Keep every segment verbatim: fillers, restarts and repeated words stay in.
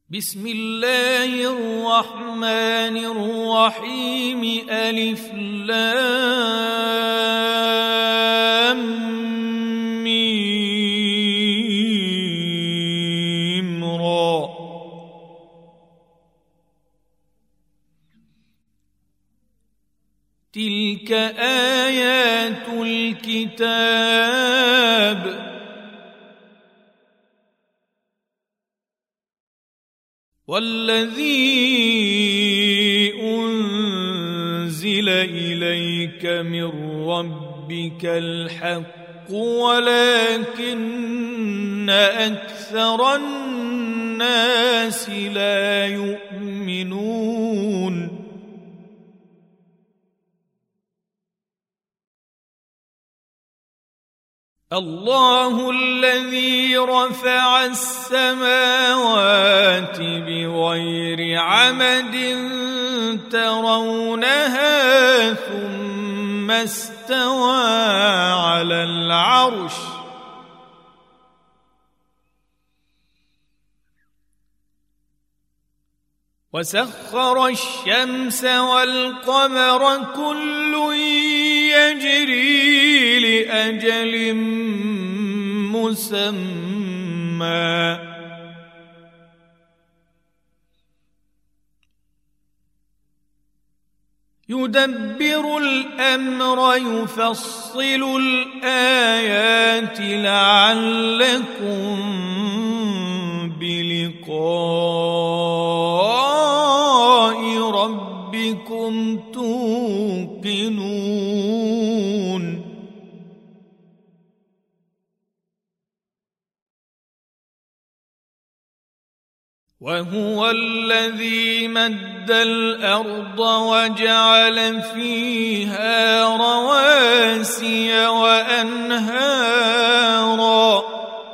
بسم الله الرحمن الرحيم ألف لام ميم را تلك آيات الكتاب والذي أنزل إليك من ربك الحق ولكن أكثر الناس لا يؤمنون الله الذي رفع السماوات بغير عمد ترونها ثم استوى على العرش وسخر الشمس والقمر كل يجري لأجل مسمى يدبر الأمر يفصل الآيات لعلكم بلقاء ربكم توقنون وهو الذي مد الأرض وجعل فيها رواسي وأنهارا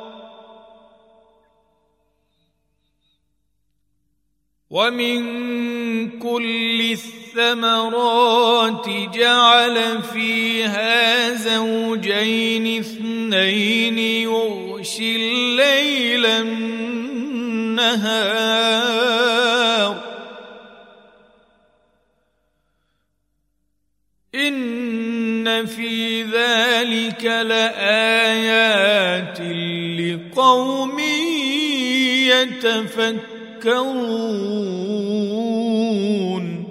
ومن كل الثمرات جعل فيها زوجين اثنين يغشي الليل النهار إن في ذلك لآيات لقوم يتفكرون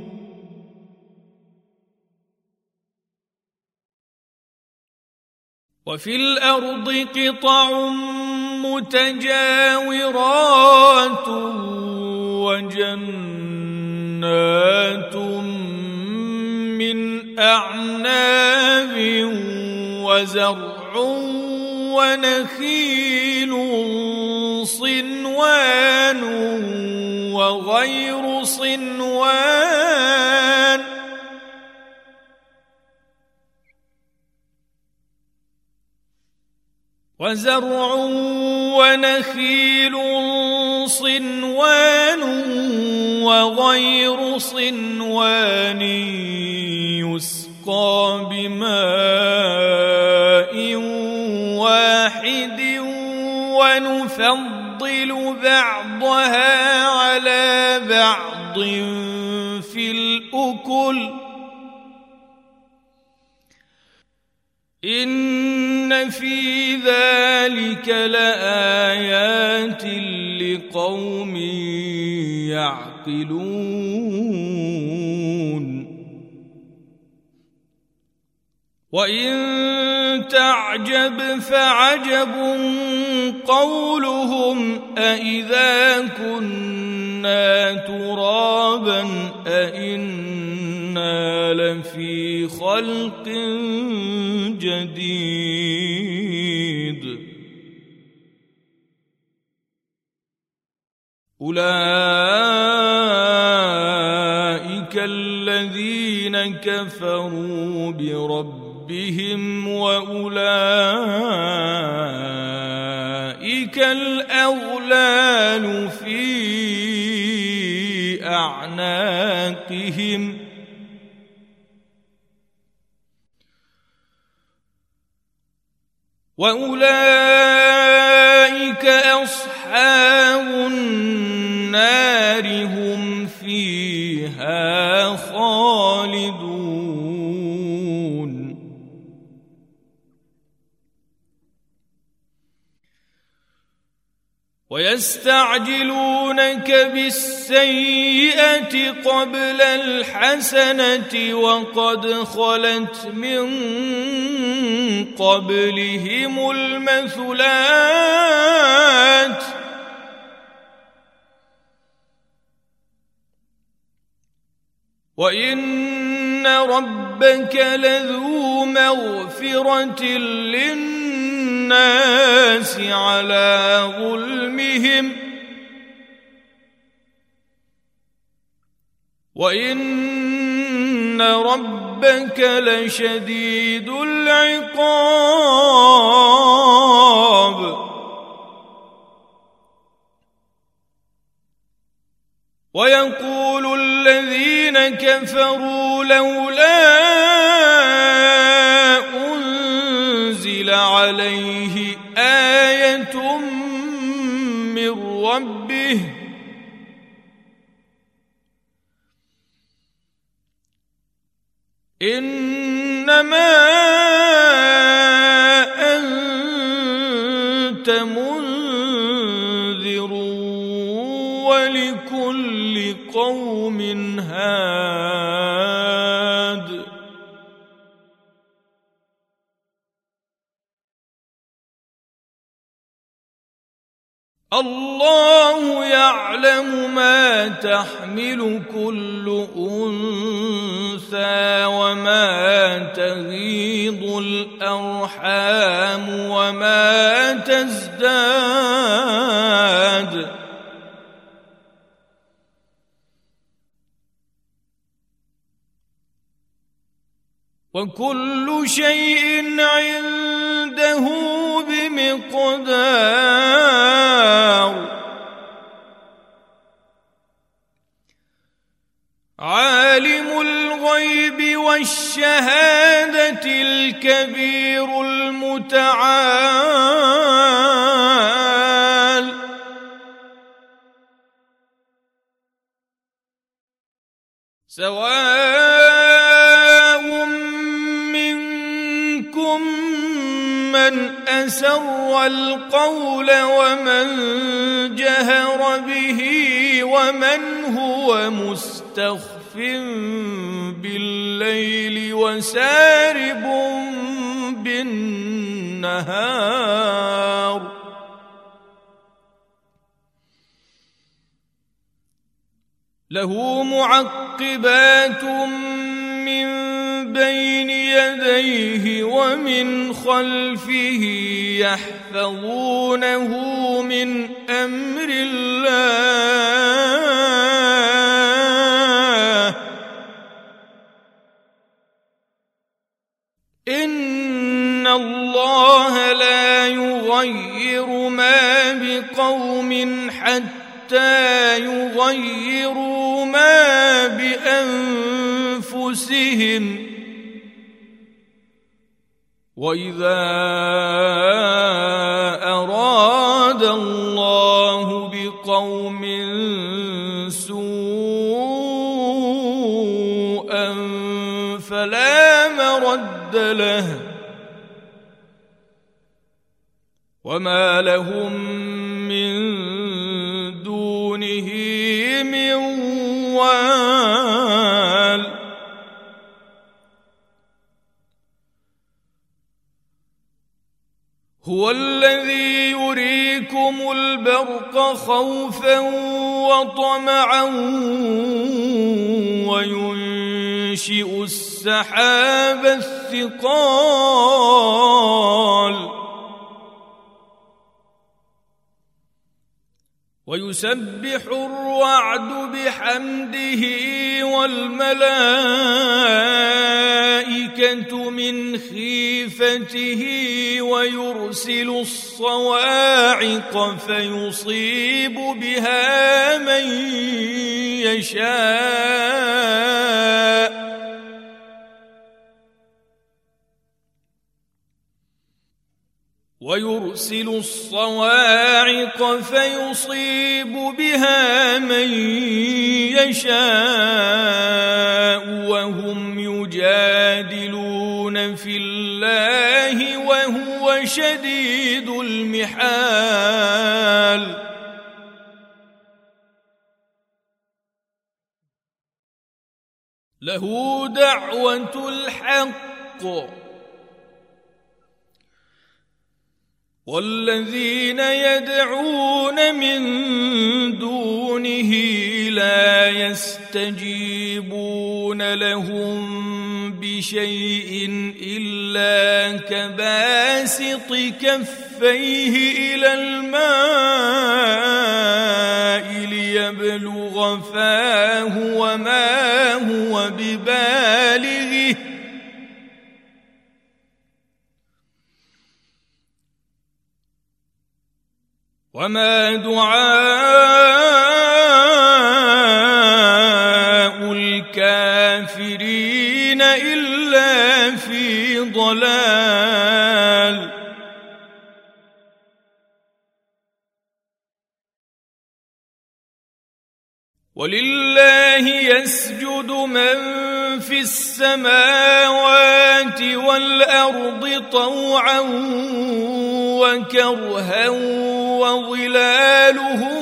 وفي الأرض قطع متجاورات وجنات من أعناب وزرع ونخيل صنوان وغير صنوان وزرع ونخيل صنوان وغير صنوان يسقى بماء واحد ونفضل بعضها على بعض في الأكل إن في ذلك لآيات لقوم يعقلون وإن تعجب فعجب قولهم أإذا كنا ترابا أإنا لفي خلق جديد أولئك الذين كفروا بربهم وأولئك الأغلال في أعناقهم وأولئك أصحاب النار ويستعجلونك بالسيئة قبل الحسنة وقد خلت من قبلهم المثلات وإن ربك لذو مغفرة للناس على ظلمهم وإن ربك لشديد العقاب ويقول الذين كفروا لولا أنزل عليه آية من ربه إنما أنت منذر ولكل قوم هاد الله يعلم ما تحمل كل أنثى وما تغيض الأرحام وما تزداد وكل شيء عنده بمقدار عالم الغيب والشهادة الكبير المتعال سواء منكم من أسر القول ومن جهر به ومن هو مستخف بالليل وسارب بالنهار له معقبات من بين يديه ومن خلفه يحفظونه من أمر الله إن الله لا يغير ما بقوم حتى يغيروا ما بأنفسهم وإذا أراد الله بقوم سوءا فلا مرد له وما لهم من دونه من وال هو الذي يريكم البرق خوفا وطمعا وينشئ السحاب الثقال ويسبح الرعد بحمده والملائكة من خيفته ويرسل الصواعق فيصيب بها من يشاء ويرسل الصواعق فيصيب بها من يشاء وهم يجادلون في الله وهو شديد المحال له دعوة الحق والذين يدعون من دونه لا يستجيبون لهم بشيء إلا كباسط كفيه إلى الماء ليبلغ فاه وما هو ببالغه وما دعاء الكافرين إلا في ضلال ولله يسجد من في السماوات والأرض طوعا وكرها وظلالهم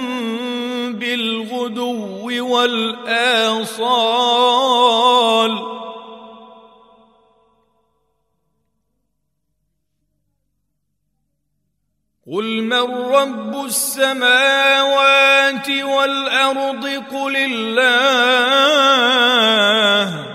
بالغدو والآصال قل من رب السماوات والأرض قل الله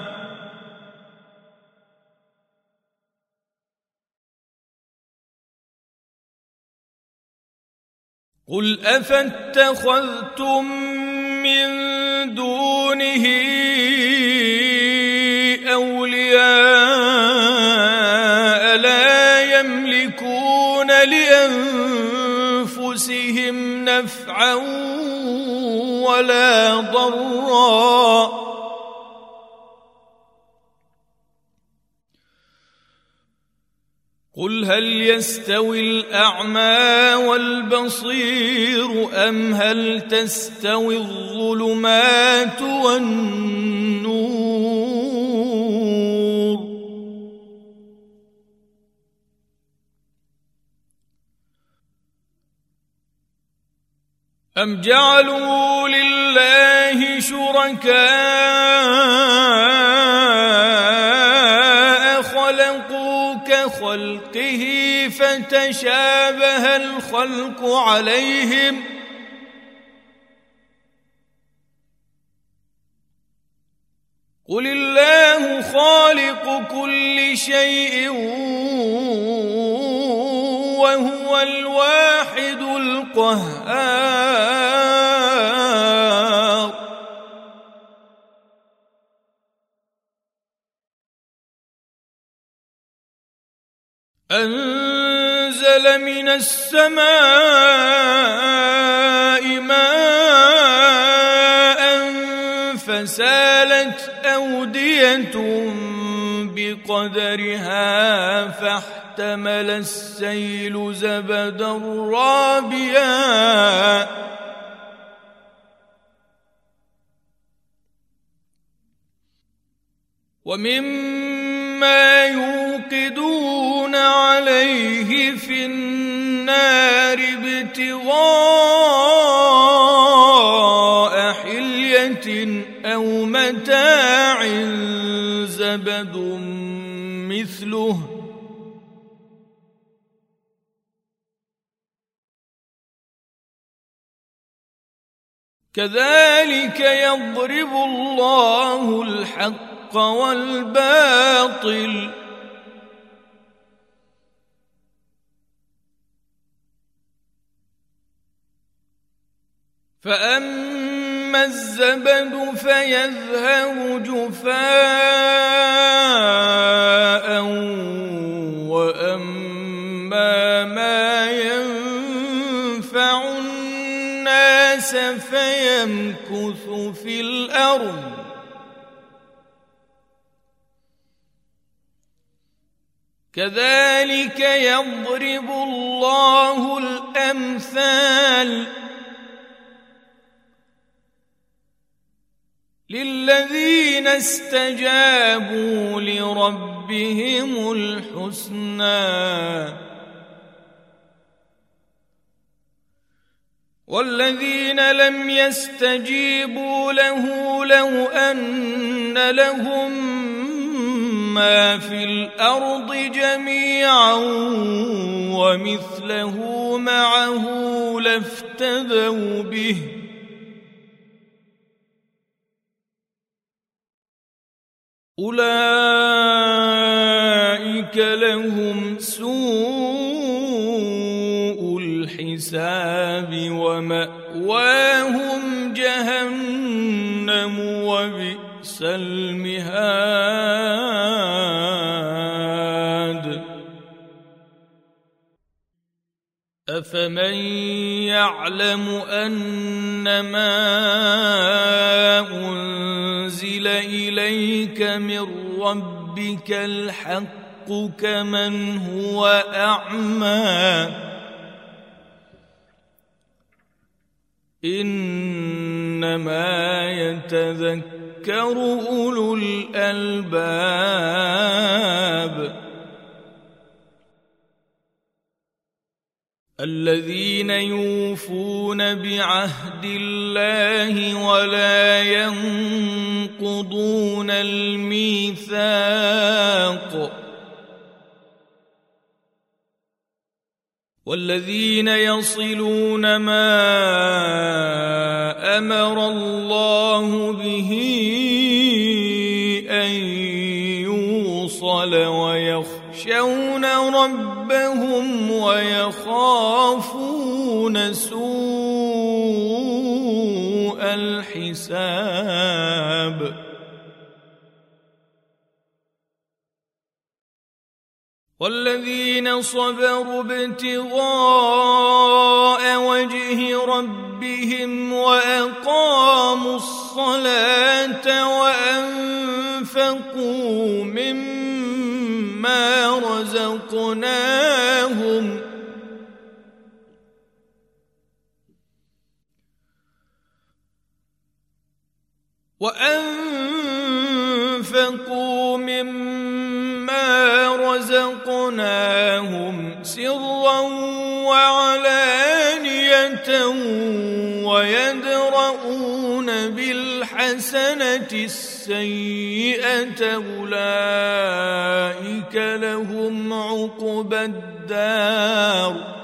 قل أفاتخذتم من دونه أولياء لا يملكون لأنفسهم نفعا ولا ضرا قل هل يستوي الأعمى والبصير أم هل تستوي الظلمات والنور أم جعلوا لله شركاء خلقوا كخلقه فتشابه الخلق عليهم قل الله خالق كل شيء وهو الواحد القهار أنزل من السماء ماء فسالت أودية بقدرها فاحتمل السيل زبدا رابيا ومما يوقدون عليه في النار ابتغاء حلية أو متاع زبد مثله كذلك يضرب الله الحق والباطل فأما الزبد فيذهب جفاء وأما ما ينفع الناس فيمكث في الأرض كذلك يضرب الله الأمثال للذين استجابوا لربهم الحسنى والذين لم يستجيبوا له لو أن لهم ما في الأرض جميعا ومثله معه لافتدوا به أولئك لهم سوء الحساب ومأواهم جهنم وبئس المهاد أفمن يعلم أنما أنزل إليك من ربك الحق كمن هو أعمى إنما يتذكر أولو الألباب الذين يوفون بعهد الله ولا ينقضون الميثاق والذين يصلون ما أمر الله به أن يوصل ويخشون ربهم ويخافون سوء الحساب والذين صبروا ابتغاء وجه ربهم وأقاموا الصلاة وأنفقوا مما رزقناهم وأنفقوا مما رزقناهم سرا وعلانية ويدرؤون بالحسنة السيئة أولئك لهم عقبى الدار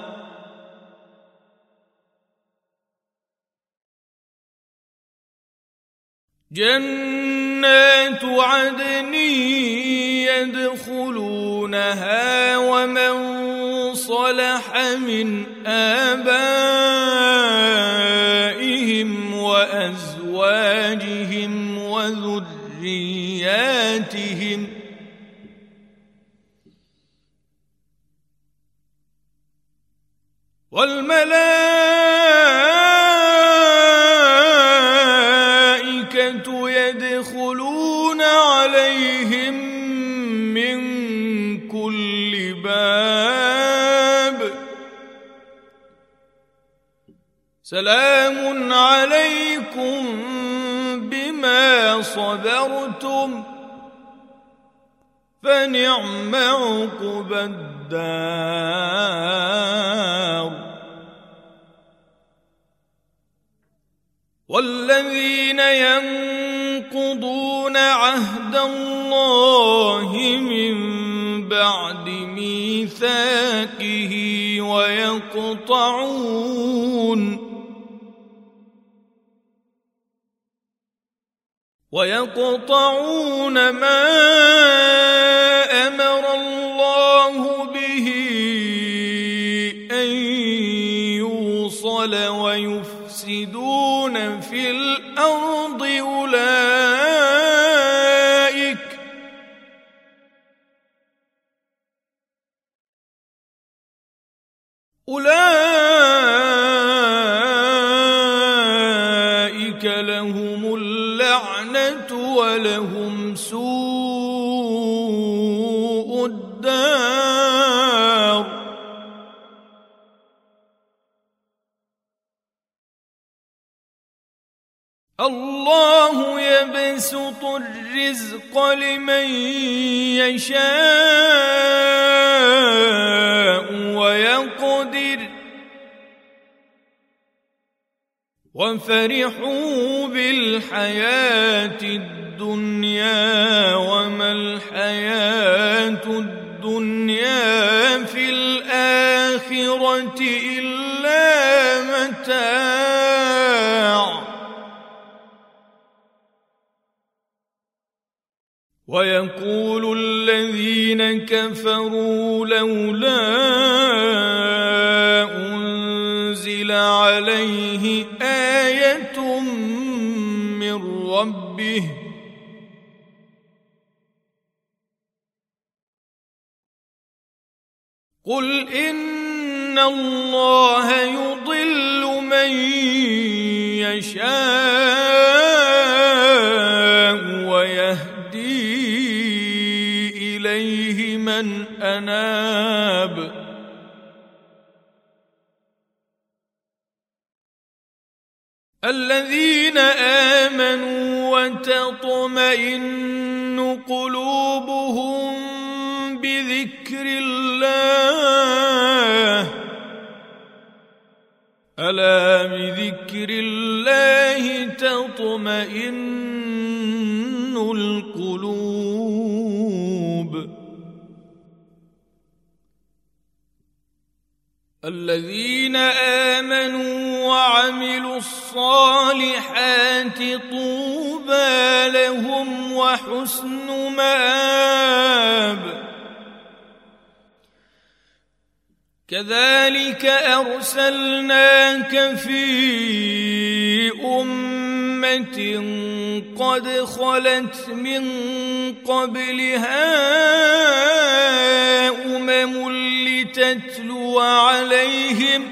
جنات عدن يدخلونها ومن صلح من آبائهم وأزواجهم وذرياتهم والملائكة يدخلون عليهم من كل باب سلام عليكم بما صبرتم فنعم عقبى الدار والذين ينقضون عهد الله من بعد ميثاقه ويقطعون ويقطعون ما أمر الله به أن يوصل ويفسدون في الأرض أولئك أولئك لهم اللعنة ولهم سوء الدار الله يبسط الرزق لمن يشاء ويقدر وفرحوا بالحياة الدنيا وما الحياة الدنيا في الآخرة إلا متاع ويقول الذين كفروا لولا أنزل عليه آية من ربه قل إن الله يضل من يشاء ويهدي إليه من أناب الذين آمنوا وتطمئن قلوبهم بذكر الله ألا بذكر الله تطمئن القلوب الذين آمنوا وعملوا الصالحات طوبى لهم وحسن مآب كذلك أرسلناك في أمة قد خلت من قبلها أمم لتتلو عليهم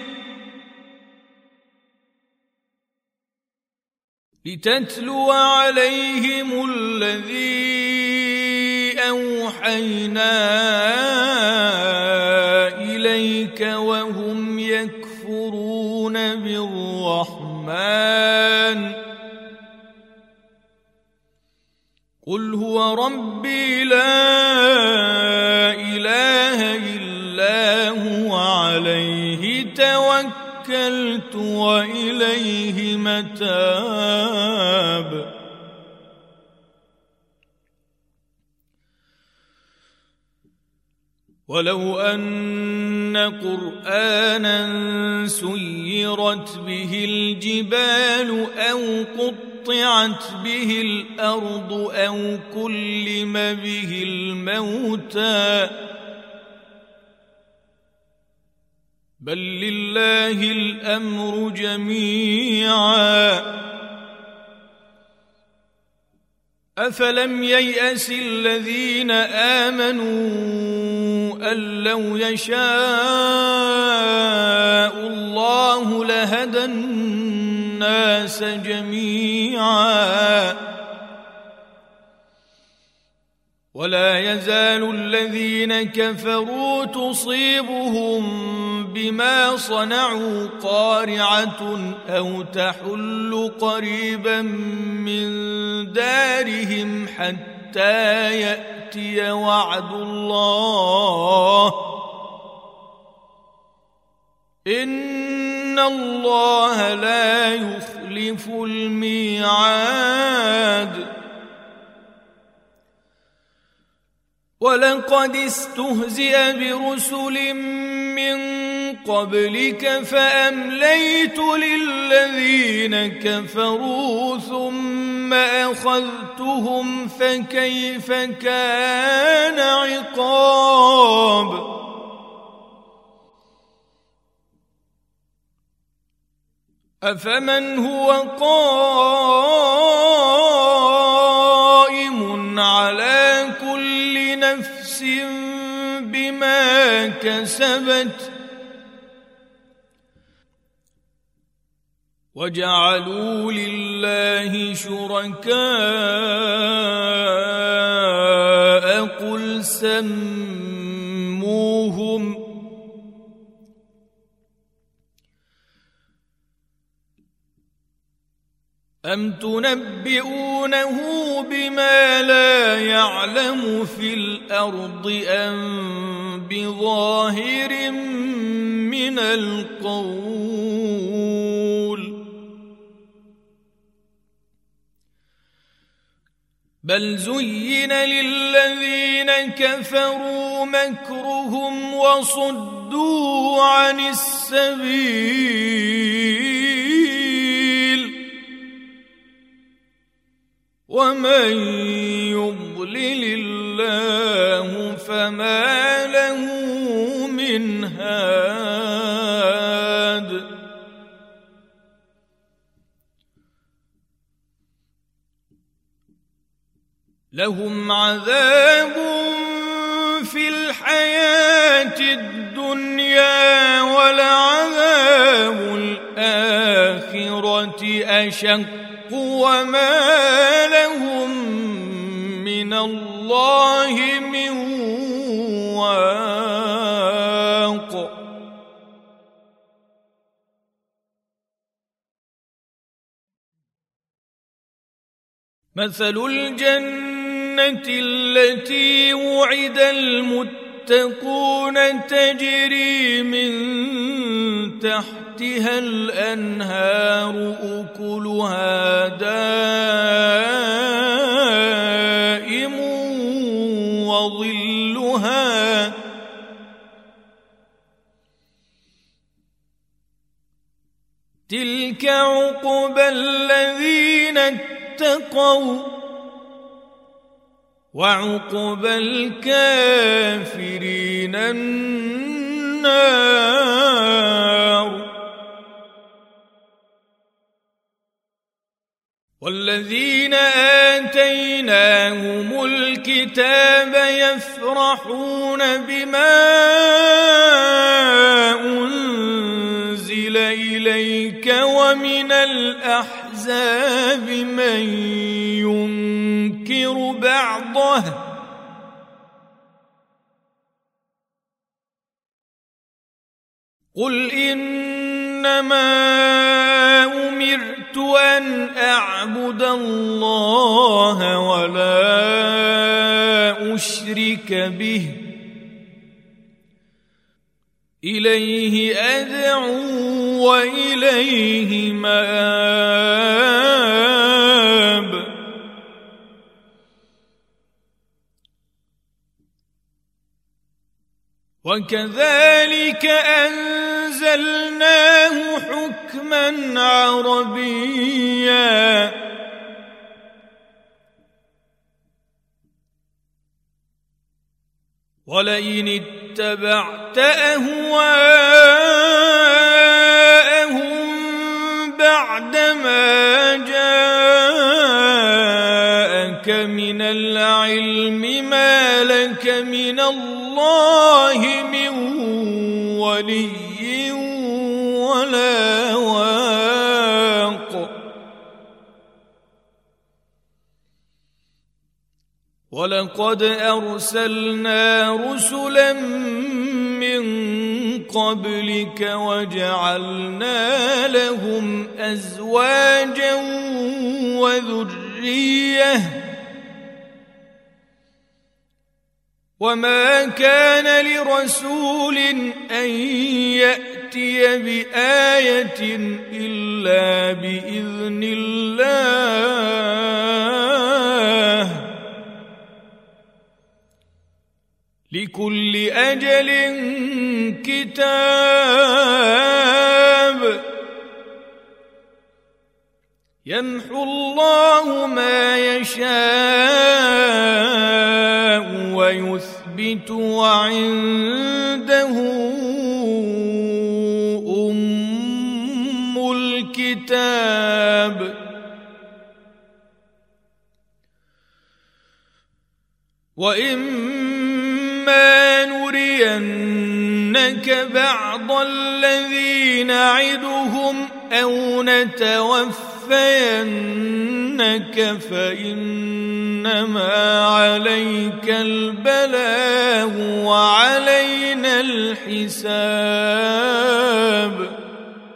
لتتلو عليهم الذي أوحينا إليك وهم يكفرون بالرحمن قل هو ربي لا إله إلا هو عليه توكلت وإليه متاب ولو أن قرآنا سيرت به الجبال أو قطعت به الأرض أو كلم به الموتى بل لله الأمر جميعا أفلم ييأس الذين آمنوا أن لو يشاء الله لهدى الناس جميعا ولا يزال الذين كفروا تصيبهم بما صنعوا قارعة أو تحل قريبا من دارهم حتى يأتي وعد الله إن الله لا يخلف الميعاد ولقد استهزئ برسل من قبلك فأمليت للذين كفروا ثم أخذتهم فكيف كان عقاب أفمن هو قائم على كل نفس بما كسبت وجعلوا لله شركاء قل سموهم أم تنبئونه بما لا يعلم في الأرض أم بظاهر من القول بل زين للذين كفروا مكرهم وصدوا عن السبيل ومن يضلل الله فما له من هاد لهم عذاب في الحياة الدنيا ولعذاب الآخرة أشق وما لهم من الله من واق مثل الجنة التي وعد المتقون تجري من تحتها الأنهار أكلها دائم وظلها تلك عقبى الذين اتقوا وعقبى الكافرين النار والذين آتيناهم الكتاب يفرحون بما أنزل إليك ومن الأحزاب من ينكر بعضه قل إنما أمرت أن أعبد الله ولا أشرك به إليه أدعو وإليه مآب وكذلك أنزلناه حكما عربيا ولئن اتبعت أهواءهم بعدما جاءك من العلم ما لك من الله من ولي ولا واق ولقد أرسلنا رسلا من قبلك وجعلنا لهم أزواجا وذرية وما كان لرسول أن يأتي بآية إلا بإذن الله لكل أجل كتاب يمحو الله ما يشاء ويثبت وعنده أم الكتاب وإما نرينك بعض الذي نعدهم أو نتوفينك فإنما عليك البلاغ وعلينا الحساب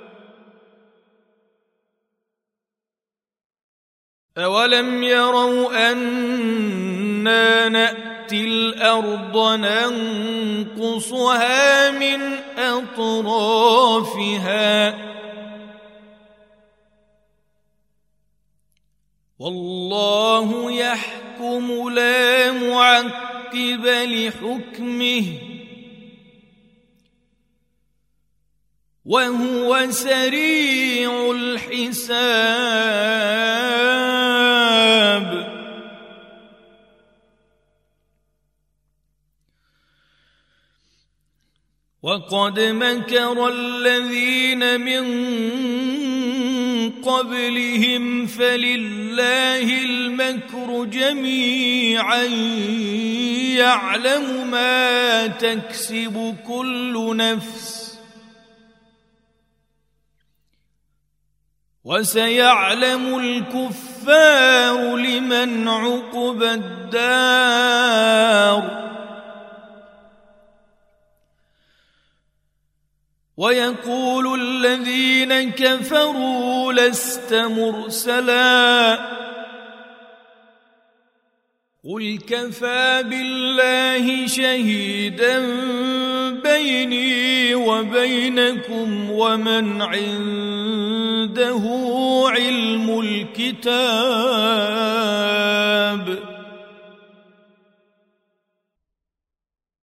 أولم يروا أنا نأتي الأرض ننقصها من أطرافها والله يحكم يحكم لا معقب لحكمه وهو سريع الحساب. وقد مكر الذين من قبلهم فلله المكر جميعا يعلم ما تكسب كل نفس وسيعلم الكفار لمن عقبى الدار. ويقول الذين كفروا لست مرسلا قل كفى بالله شهيدا بيني وبينكم ومن عنده علم الكتاب.